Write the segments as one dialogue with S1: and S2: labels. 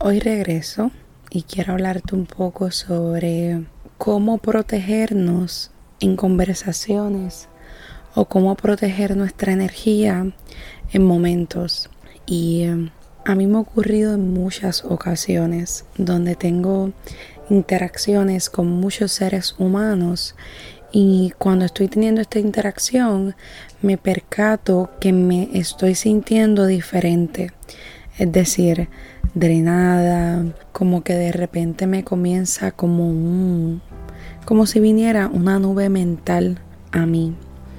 S1: Hoy regreso y quiero hablarte un poco sobre cómo protegernos en conversaciones o cómo proteger nuestra energía en momentos. Y a mí me ha ocurrido en muchas ocasiones donde tengo interacciones con muchos seres humanos y cuando estoy teniendo esta interacción me percato que me estoy sintiendo diferente. Es decir, drenada, como que de repente me comienza como si viniera una nube mental a mí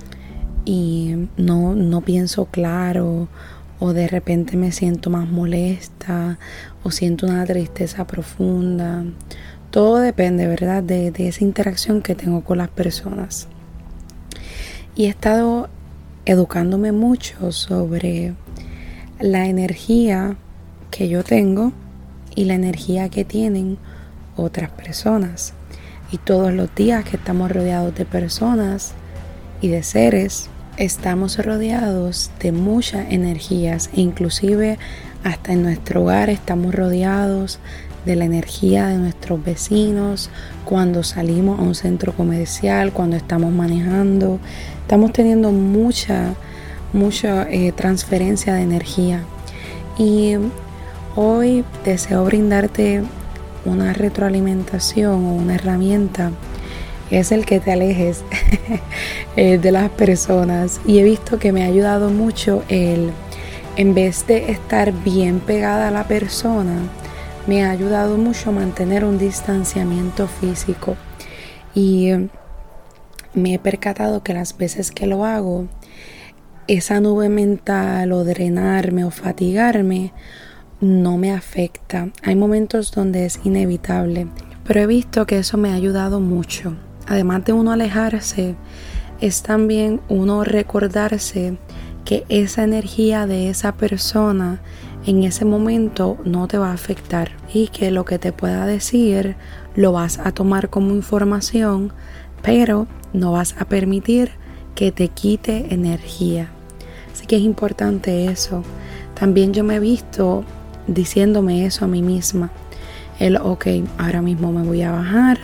S1: y no pienso claro, o de repente me siento más molesta o siento una tristeza profunda. Todo depende, ¿verdad?, de esa interacción que tengo con las personas. Y he estado educándome mucho sobre la energía que yo tengo y la energía que tienen otras personas. Y todos los días que estamos rodeados de personas y de seres, estamos rodeados de muchas energías, e inclusive hasta en nuestro hogar estamos rodeados de la energía de nuestros vecinos. Cuando salimos a un centro comercial, cuando estamos manejando, estamos teniendo mucha transferencia de energía. Y hoy deseo brindarte una retroalimentación o una herramienta. Es el que te alejes de las personas. Y he visto que me ha ayudado mucho en vez de estar bien pegada a la persona, me ha ayudado mucho a mantener un distanciamiento físico. Y me he percatado que las veces que lo hago, esa nube mental o drenarme o fatigarme no me afecta. Hay momentos donde es inevitable, pero he visto que eso me ha ayudado mucho. Además de uno alejarse, es también uno recordarse que esa energía de esa persona en ese momento no te va a afectar y que lo que te pueda decir lo vas a tomar como información, pero no vas a permitir que te quite energía. Así que es importante eso. También yo me he visto diciéndome eso a mí misma. Ahora mismo me voy a bajar.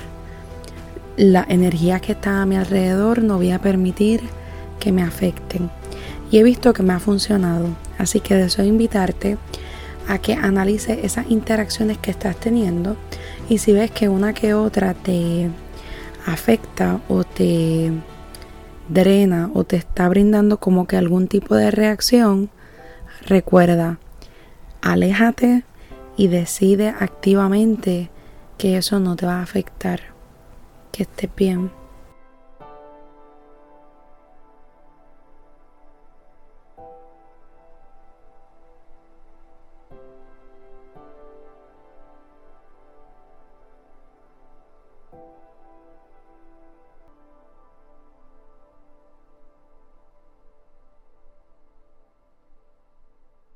S1: La energía que está a mi alrededor no voy a permitir que me afecten. Y he visto que me ha funcionado. Así que deseo invitarte a que analices esas interacciones que estás teniendo. Y si ves que una que otra te afecta o te drena o te está brindando como que algún tipo de reacción, recuerda, aléjate y decide activamente que eso no te va a afectar. Que estés bien.